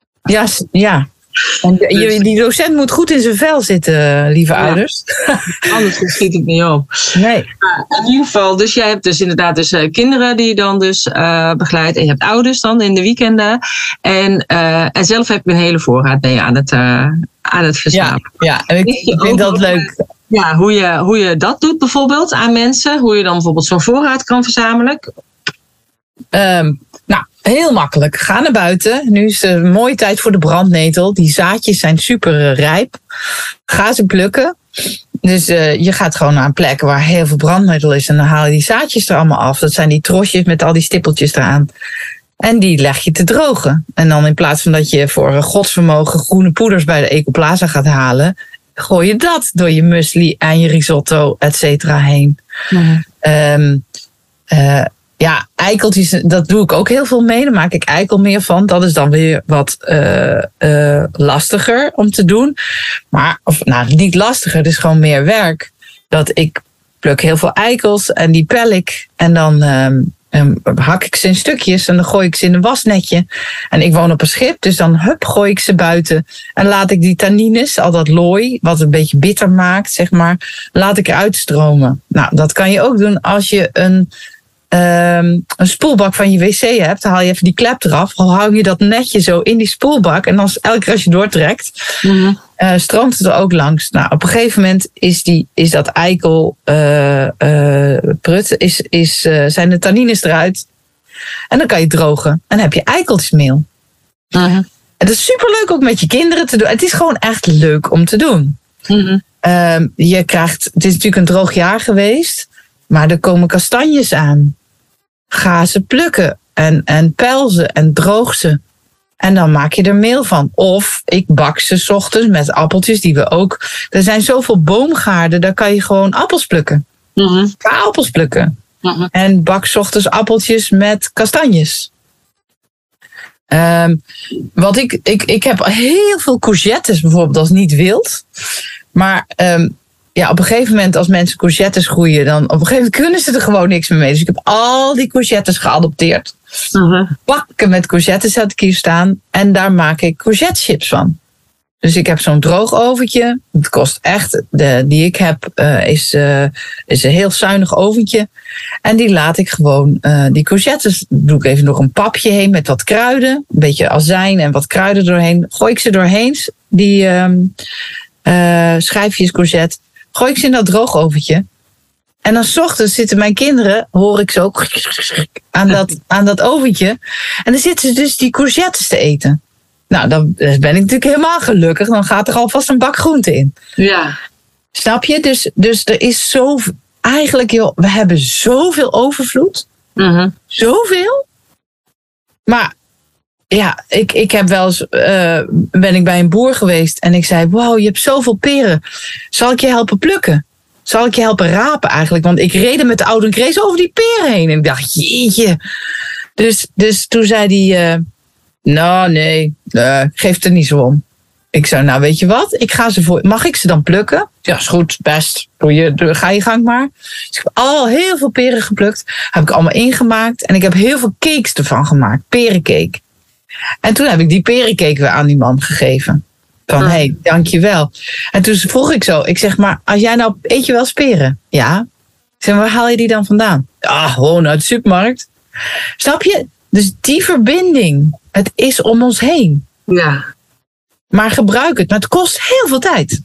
[SPEAKER 2] Ja. En die docent moet goed in zijn vel zitten, lieve ouders.
[SPEAKER 3] Anders schiet het niet op.
[SPEAKER 2] Nee.
[SPEAKER 3] In ieder geval, dus jij hebt dus inderdaad kinderen die je dan dus begeleidt. En je hebt ouders dan in de weekenden. En zelf heb je een hele voorraad mee aan het verzamelen.
[SPEAKER 2] Ja, en ik vind dat leuk.
[SPEAKER 3] Ja, hoe je dat doet bijvoorbeeld aan mensen. Hoe je dan bijvoorbeeld zo'n voorraad kan verzamelen.
[SPEAKER 2] Heel makkelijk. Ga naar buiten. Nu is een mooie tijd voor de brandnetel. Die zaadjes zijn super rijp. Ga ze plukken. Dus je gaat gewoon naar een plek waar heel veel brandnetel is. En dan haal je die zaadjes er allemaal af. Dat zijn die trosjes met al die stippeltjes eraan. En die leg je te drogen. En dan in plaats van dat je voor godsvermogen groene poeders bij de Ecoplaza gaat halen, gooi je dat door je muesli en je risotto, et cetera, heen. Ja, eikeltjes, dat doe ik ook heel veel mee. Daar maak ik eikel meer van. Dat is dan weer wat lastiger om te doen. Maar, niet lastiger, het is gewoon meer werk. Dat ik pluk heel veel eikels en die pel ik. En dan hak ik ze in stukjes en dan gooi ik ze in een wasnetje. En ik woon op een schip, dus dan gooi ik ze buiten. En laat ik die tannines, al dat looi, wat een beetje bitter maakt, zeg maar, laat ik eruit stromen. Nou, dat kan je ook doen als je een spoelbak van je wc hebt. Dan haal je even die klep eraf. Dan hou je dat netje zo in die spoelbak. En dan elke keer als je doortrekt, stroomt het er ook langs. Nou, op een gegeven moment is dat eikelprut, zijn de tannines eruit. En dan kan je drogen. En dan heb je eikeltjesmeel. En dat is superleuk ook met je kinderen te doen. Het is gewoon echt leuk om te doen. Je krijgt, het is natuurlijk een droog jaar geweest. Maar er komen kastanjes aan. Ga ze plukken en pel ze en droog ze. En dan maak je er meel van. Of ik bak ze 's ochtends met appeltjes die we ook... Er zijn zoveel boomgaarden, daar kan je gewoon appels plukken. Ga appels plukken. En bak 's ochtends appeltjes met kastanjes. Want ik heb heel veel courgettes bijvoorbeeld als niet wild. Maar... op een gegeven moment als mensen courgettes groeien, dan op een gegeven moment kunnen ze er gewoon niks meer mee. Dus ik heb al die courgettes geadopteerd. Bakken met courgettes had ik hier staan. En daar maak ik courgette chips van. Dus ik heb zo'n droogoventje. Het kost echt, die ik heb, is een heel zuinig oventje. En die laat ik gewoon, die courgettes doe ik even nog een papje heen met wat kruiden. Een beetje azijn en wat kruiden doorheen. Gooi ik ze doorheen, die schijfjes courgette. Gooi ik ze in dat droogoventje. En dan 's ochtends zitten mijn kinderen, hoor ik zo aan dat oventje. En dan zitten ze dus die courgettes te eten. Nou, dan ben ik natuurlijk helemaal gelukkig. Dan gaat er alvast een bak groente in. Ja. Snap je? Dus er is zo... Eigenlijk, joh, we hebben zoveel overvloed. Zoveel. Maar... Ja, ik heb wel eens, ben ik bij een boer geweest en ik zei, wow, je hebt zoveel peren. Zal ik je helpen plukken? Zal ik je helpen rapen eigenlijk? Want ik reed met de auto en ik reed over die peren heen. En ik dacht, jeetje. Dus toen zei hij, nou nee, geef het er niet zo om. Ik zei, nou weet je wat, ik ga ze mag ik ze dan plukken? Ja, is goed, best. Ga je gang maar. Dus ik heb al heel veel peren geplukt. Heb ik allemaal ingemaakt. En ik heb heel veel cakes ervan gemaakt. Perencake. En toen heb ik die perencake weer aan die man gegeven. Van, hey, dankjewel. En toen vroeg ik zo, ik zeg, maar als jij nou, eet je wel eens peren? Ja. Ik zeg, waar haal je die dan vandaan? Ah, gewoon uit de supermarkt. Snap je? Dus die verbinding, het is om ons heen. Ja. Maar gebruik het. Maar het kost heel veel tijd.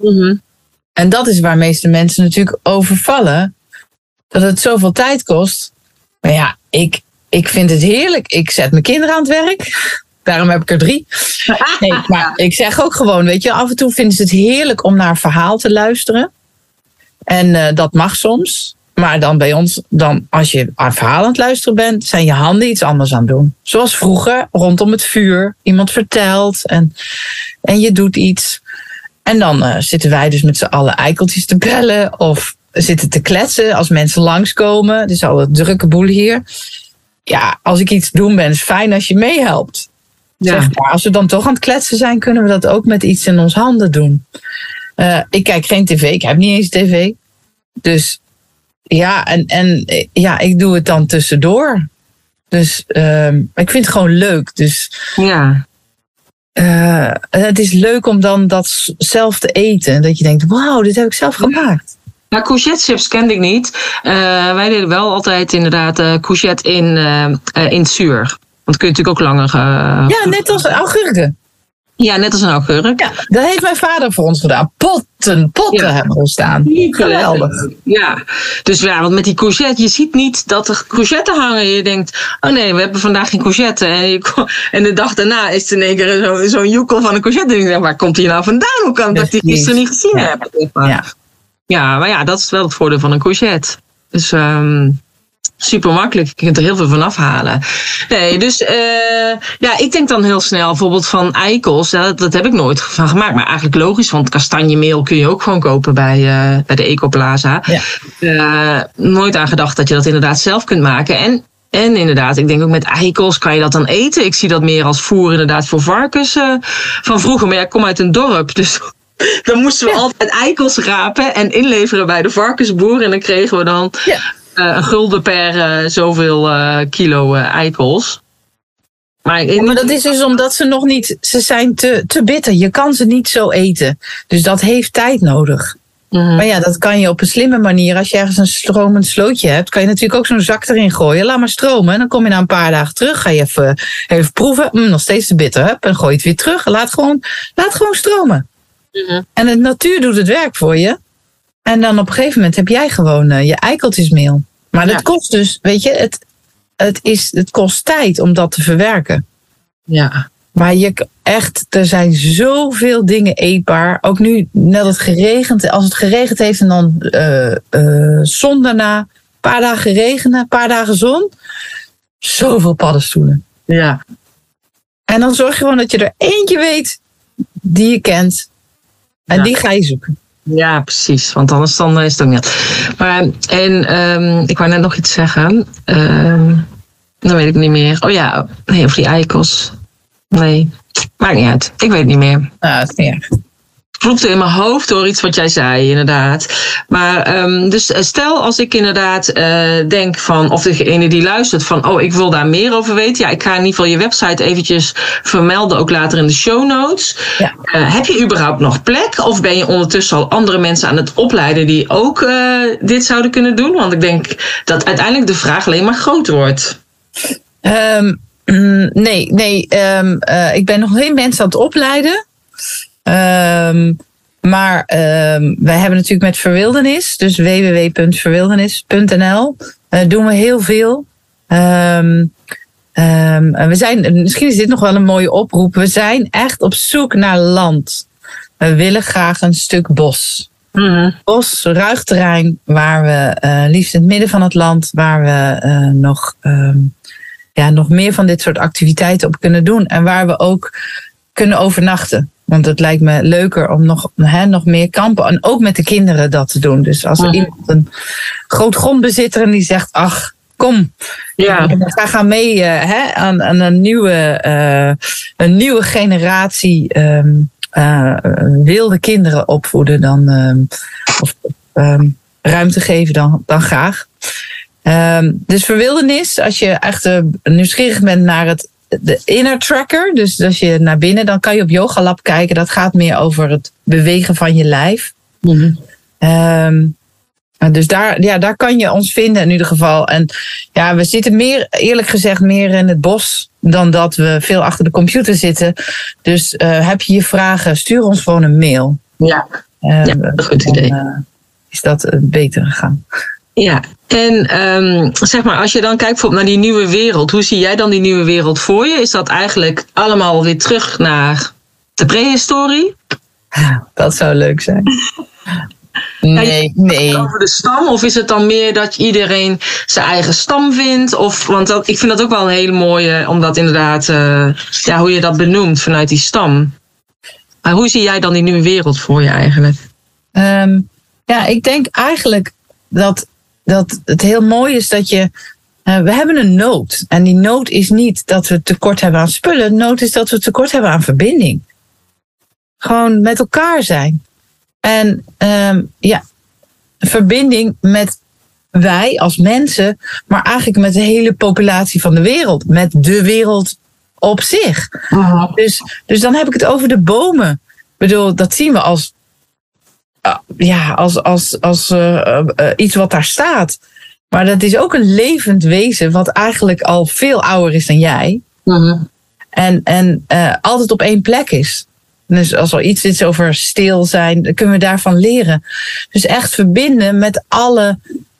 [SPEAKER 2] En dat is waar meeste mensen natuurlijk over vallen. Dat het zoveel tijd kost. Maar ja, ik vind het heerlijk. Ik zet mijn kinderen aan het werk. Daarom heb ik er 3. Nee, maar ik zeg ook gewoon, weet je, af en toe vinden ze het heerlijk om naar een verhaal te luisteren. En dat mag soms. Maar dan bij ons, als je aan een verhaal aan het luisteren bent, zijn je handen iets anders aan het doen. Zoals vroeger, rondom het vuur. Iemand vertelt en je doet iets. En dan zitten wij dus met z'n allen eikeltjes te bellen. Of zitten te kletsen als mensen langskomen. Het is al een drukke boel hier. Ja, als ik iets doen ben, is het fijn als je meehelpt. Ja. Zeg maar, als we dan toch aan het kletsen zijn, kunnen we dat ook met iets in ons handen doen. Ik kijk geen tv, ik heb niet eens tv. Dus ja, en ik doe het dan tussendoor. Dus ik vind het gewoon leuk. Dus ja. Het is leuk om dan dat zelf te eten. Dat je denkt, wauw, dit heb ik zelf gemaakt.
[SPEAKER 3] Nou, courgette chips kende ik niet. Wij deden wel altijd inderdaad courgette in zuur. Want kun je natuurlijk ook langer...
[SPEAKER 2] ja, net als augurken.
[SPEAKER 3] Ja, net als een augurk. Ja,
[SPEAKER 2] dat heeft mijn vader voor ons gedaan. Potten hebben we staan. Geweldig.
[SPEAKER 3] Ja, dus ja, want met die courgette, je ziet niet dat er courgetten hangen. Je denkt, oh nee, we hebben vandaag geen courgette. En de dag daarna is het in één keer zo'n joekel van een courgette. En ik denk, waar komt die nou vandaan? Hoe kan dat ik die gisteren niet gezien heb? Ja, maar ja, dat is wel het voordeel van een courgette. Dus super makkelijk. Je kunt er heel veel van afhalen. Nee, dus ik denk dan heel snel bijvoorbeeld van eikels. Dat heb ik nooit van gemaakt. Maar eigenlijk logisch, want kastanjemeel kun je ook gewoon kopen bij de Ecoplaza. Ja. Nooit aan gedacht dat je dat inderdaad zelf kunt maken. En inderdaad, ik denk ook met eikels kan je dat dan eten. Ik zie dat meer als voer inderdaad voor varkens van vroeger. Maar ja, ik kom uit een dorp, dus... Dan moesten we altijd eikels rapen en inleveren bij de varkensboer. En dan kregen we dan een gulden per zoveel kilo eikels. Maar
[SPEAKER 2] dat is dus omdat ze zijn te bitter. Je kan ze niet zo eten. Dus dat heeft tijd nodig. Mm-hmm. Maar ja, dat kan je op een slimme manier. Als je ergens een stromend slootje hebt, kan je natuurlijk ook zo'n zak erin gooien. Laat maar stromen. En dan kom je na een paar dagen terug. Ga je even proeven. Nog steeds te bitter. Hup, en gooi je het weer terug. Laat gewoon stromen. Mm-hmm. En de natuur doet het werk voor je. En dan op een gegeven moment heb jij gewoon je eikeltjesmeel. Maar dat kost dus, weet je, het kost tijd om dat te verwerken.
[SPEAKER 3] Ja.
[SPEAKER 2] Maar er zijn zoveel dingen eetbaar. Ook nu, net als het geregend heeft en dan zon daarna. Een paar dagen regenen, een paar dagen zon. Zoveel paddenstoelen.
[SPEAKER 3] Ja.
[SPEAKER 2] En dan zorg je gewoon dat je er eentje weet die je kent. En die ga je zoeken.
[SPEAKER 3] Ja, precies. Want anders dan is het ook niet. Maar, ik wou net nog iets zeggen. Dan weet ik niet meer. Oh ja, nee, over die eikels. Nee, maakt niet uit. Ik weet het niet meer.
[SPEAKER 2] Dat is niet erg.
[SPEAKER 3] Het vloekte in mijn hoofd door iets wat jij zei, inderdaad. Maar dus stel als ik inderdaad denk van, of degene die luistert van, ik wil daar meer over weten. Ja, ik ga in ieder geval je website eventjes vermelden, ook later in de show notes. Ja. Heb je überhaupt nog plek? Of ben je ondertussen al andere mensen aan het opleiden die ook dit zouden kunnen doen? Want ik denk dat uiteindelijk de vraag alleen maar groter wordt.
[SPEAKER 2] Nee. Ik ben nog geen mensen aan het opleiden. Maar wij hebben natuurlijk met Verwildernis, dus www.verwildernis.nl, doen we heel veel. Misschien is dit nog wel een mooie oproep. We zijn echt op zoek naar land. We willen graag een stuk bos. Mm-hmm. Bos, ruig terrein, waar we liefst in het midden van het land, waar we nog meer van dit soort activiteiten op kunnen doen. En waar we ook kunnen overnachten. Want het lijkt me leuker om nog meer kampen. En ook met de kinderen dat te doen. Dus als er iemand een groot grondbezitter en die zegt, ach, kom. Ja. We gaan mee aan een nieuwe generatie wilde kinderen opvoeden. Of ruimte geven dan graag. Dus Verwildernis, als je echt nieuwsgierig bent naar de inner tracker, dus als je naar binnen, dan kan je op Yoga Lab kijken. Dat gaat meer over het bewegen van je lijf. Mm-hmm. Dus daar kan je ons vinden in ieder geval. En ja, we zitten eerlijk gezegd meer in het bos dan dat we veel achter de computer zitten. Dus heb je vragen, stuur ons gewoon een mail.
[SPEAKER 3] Ja, een goed idee.
[SPEAKER 2] Is dat beter gegaan.
[SPEAKER 3] Ja, en zeg maar, als je dan kijkt bijvoorbeeld naar die nieuwe wereld, hoe zie jij dan die nieuwe wereld voor je? Is dat eigenlijk allemaal weer terug naar de prehistorie?
[SPEAKER 2] Dat zou leuk zijn. Nee.
[SPEAKER 3] Over de stam? Of is het dan meer dat iedereen zijn eigen stam vindt? Want ik vind dat ook wel een hele mooie, omdat inderdaad, hoe je dat benoemt vanuit die stam. Maar hoe zie jij dan die nieuwe wereld voor je eigenlijk?
[SPEAKER 2] Ik denk eigenlijk dat het heel mooi is dat we hebben een nood. En die nood is niet dat we tekort hebben aan spullen. De nood is dat we tekort hebben aan verbinding. Gewoon met elkaar zijn. En verbinding met wij als mensen, maar eigenlijk met de hele populatie van de wereld. Met de wereld op zich. Uh-huh. Dus dan heb ik het over de bomen. Ik bedoel, dat zien we als iets wat daar staat. Maar dat is ook een levend wezen wat eigenlijk al veel ouder is dan jij. Uh-huh. En altijd op één plek is. Dus als er iets is over stil zijn, dan kunnen we daarvan leren. Dus echt verbinden met alle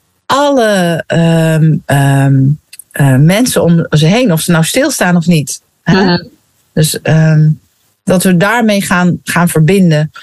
[SPEAKER 2] mensen om ze heen. Of ze nou stilstaan of niet. Uh-huh. Dus dat we daarmee gaan verbinden.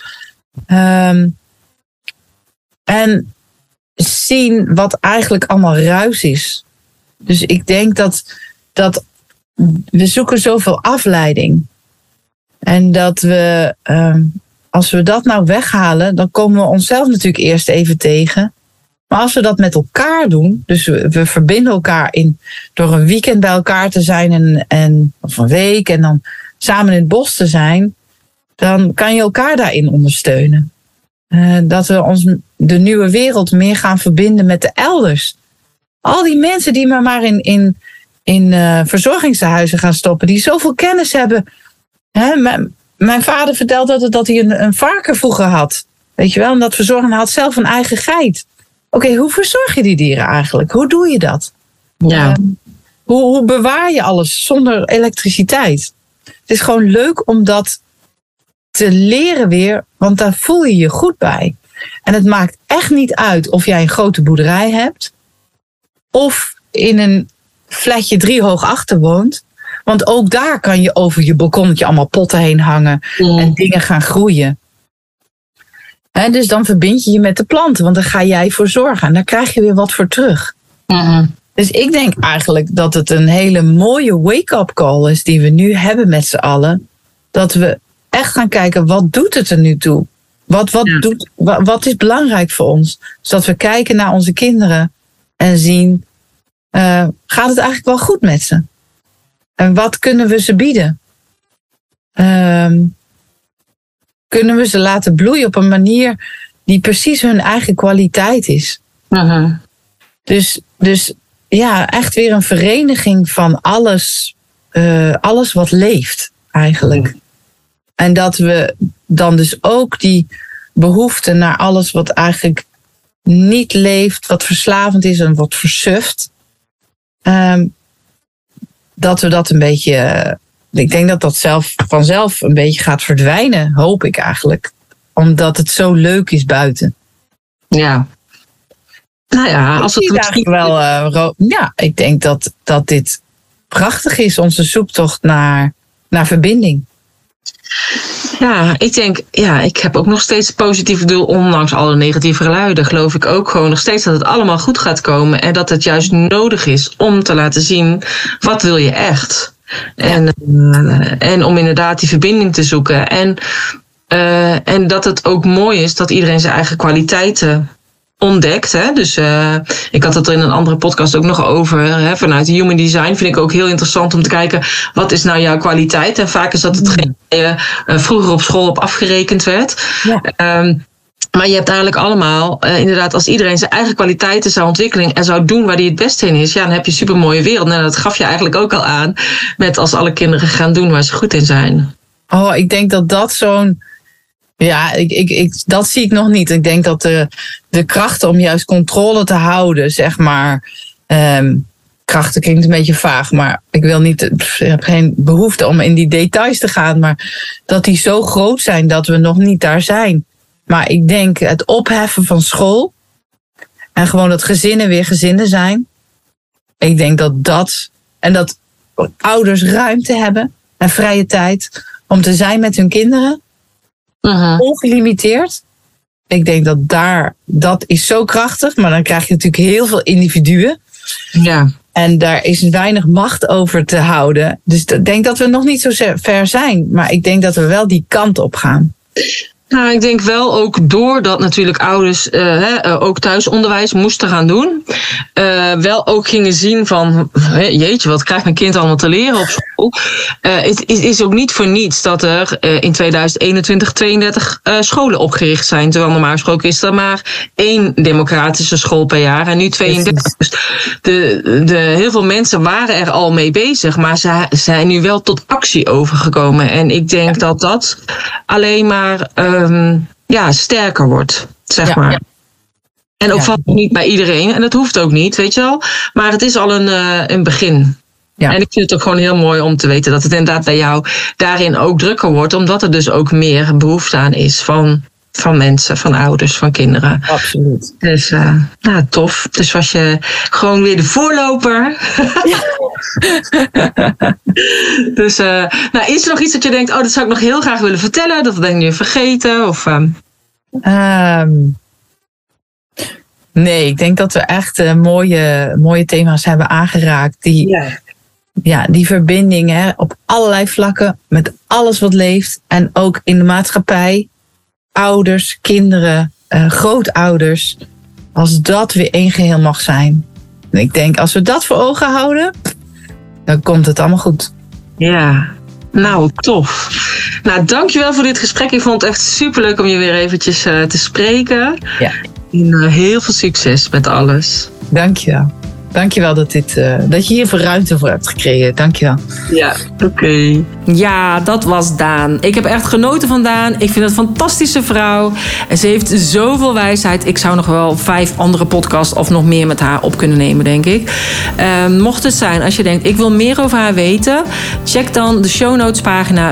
[SPEAKER 2] En zien wat eigenlijk allemaal ruis is. Dus ik denk dat we zoeken zoveel afleiding. En dat we, als we dat nou weghalen, dan komen we onszelf natuurlijk eerst even tegen. Maar als we dat met elkaar doen, dus we verbinden elkaar door een weekend bij elkaar te zijn of een week en dan samen in het bos te zijn, dan kan je elkaar daarin ondersteunen. Dat we de nieuwe wereld meer gaan verbinden met de elders. Al die mensen die maar in verzorgingshuizen gaan stoppen, die zoveel kennis hebben. Hè, mijn vader vertelde dat hij een varken vroeger had. Weet je wel, en dat verzorgen had zelf een eigen geit. Oké, hoe verzorg je die dieren eigenlijk? Hoe doe je dat?
[SPEAKER 3] Ja.
[SPEAKER 2] Hoe bewaar je alles zonder elektriciteit? Het is gewoon leuk om dat te leren weer, want daar voel je je goed bij. En het maakt echt niet uit of jij een grote boerderij hebt of in een flatje 3 hoog achter woont. Want ook daar kan je over je balkonnetje allemaal potten heen hangen en dingen gaan groeien. Dus dan verbind je je met de planten, want daar ga jij voor zorgen. En daar krijg je weer wat voor terug. Dus ik denk eigenlijk dat het een hele mooie wake-up call is die we nu hebben met z'n allen. Dat we echt gaan kijken, wat doet het er nu toe? Wat is belangrijk voor ons? Dus dat we kijken naar onze kinderen en zien, gaat het eigenlijk wel goed met ze? En wat kunnen we ze bieden? Kunnen we ze laten bloeien op een manier die precies hun eigen kwaliteit is? Dus ja, echt weer een vereniging van alles wat leeft eigenlijk. En dat we dan dus ook die behoefte naar alles wat eigenlijk niet leeft, wat verslavend is en wat versuft, dat we dat een beetje, ik denk dat dat vanzelf een beetje gaat verdwijnen, hoop ik eigenlijk. Omdat het zo leuk is buiten.
[SPEAKER 3] Ja. Nou ja, als het
[SPEAKER 2] misschien wel. Ik denk dat dit prachtig is, onze zoektocht naar verbinding.
[SPEAKER 3] Ja, ik heb ook nog steeds positief doel, ondanks alle negatieve geluiden. Geloof ik ook gewoon nog steeds dat het allemaal goed gaat komen. En dat het juist nodig is om te laten zien, wat wil je echt? Ja. En om inderdaad die verbinding te zoeken. En dat het ook mooi is dat iedereen zijn eigen kwaliteiten ontdekt. Hè? Dus ik had het er in een andere podcast ook nog over. Hè? Vanuit Human Design vind ik ook heel interessant om te kijken, wat is nou jouw kwaliteit? En vaak is dat hetgeen waar je vroeger op school op afgerekend werd. Ja. Maar je hebt eigenlijk allemaal, inderdaad, als iedereen zijn eigen kwaliteiten zou ontwikkelen en zou doen waar hij het beste in is, ja, dan heb je een supermooie wereld. En dat gaf je eigenlijk ook al aan met als alle kinderen gaan doen waar ze goed in zijn.
[SPEAKER 2] Oh, ik denk dat zo'n... Ja, dat zie ik nog niet. Ik denk dat de krachten om juist controle te houden, zeg maar. Krachten klinkt een beetje vaag, maar ik heb geen behoefte om in die details te gaan. Maar dat die zo groot zijn dat we nog niet daar zijn. Maar ik denk het opheffen van school en gewoon dat gezinnen weer gezinnen zijn. Ik denk dat ouders ruimte hebben en vrije tijd om te zijn met hun kinderen. Ongelimiteerd. Ik denk dat is zo krachtig, maar dan krijg je natuurlijk heel veel individuen. Ja. En daar is weinig macht over te houden. Dus ik denk dat we nog niet zo ver zijn, maar ik denk dat we wel die kant op gaan.
[SPEAKER 3] Nou, ik denk wel ook doordat natuurlijk ouders ook thuisonderwijs moesten gaan doen. Wel ook gingen zien van, jeetje, wat krijgt mijn kind allemaal te leren op school. Het is ook niet voor niets dat er in 2021 32 scholen opgericht zijn. Terwijl normaal gesproken is er maar 1 democratische school per jaar en nu 32. Dus heel veel mensen waren er al mee bezig, maar ze zijn nu wel tot actie overgekomen. En ik denk dat dat alleen maar sterker wordt, zeg maar. Ja. En ook valt niet bij iedereen. En dat hoeft ook niet, weet je wel. Maar het is al een begin. Ja. En ik vind het ook gewoon heel mooi om te weten dat het inderdaad bij jou daarin ook drukker wordt. Omdat er dus ook meer behoefte aan is van mensen, van ouders, van kinderen.
[SPEAKER 2] Absoluut.
[SPEAKER 3] Dus tof. Dus was je gewoon weer de voorloper. Ja. Dus is er nog iets dat je denkt, dat zou ik nog heel graag willen vertellen? Dat ben ik nu vergeten? Of,
[SPEAKER 2] Nee, ik denk dat we echt mooie thema's hebben aangeraakt. Die verbinding op allerlei vlakken met alles wat leeft. En ook in de maatschappij. Ouders, kinderen, grootouders. Als dat weer één geheel mag zijn. En ik denk, als we dat voor ogen houden, dan komt het allemaal goed.
[SPEAKER 3] Ja, nou tof. Nou, dankjewel voor dit gesprek. Ik vond het echt superleuk om je weer eventjes te spreken. Ja. En heel veel succes met alles.
[SPEAKER 2] Dankjewel. Dankjewel dat je hiervoor ruimte voor hebt gecreëerd. Dankjewel.
[SPEAKER 3] Ja, oké.
[SPEAKER 1] Ja, dat was Daan. Ik heb echt genoten van Daan. Ik vind het een fantastische vrouw. En ze heeft zoveel wijsheid. Ik zou nog wel 5 andere podcasts of nog meer met haar op kunnen nemen, denk ik. Mocht het zijn, als je denkt, ik wil meer over haar weten, check dan de show notes pagina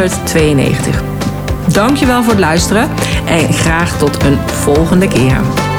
[SPEAKER 1] www.corinevanzoelen.nl/podcast-192. Dankjewel voor het luisteren en graag tot een volgende keer.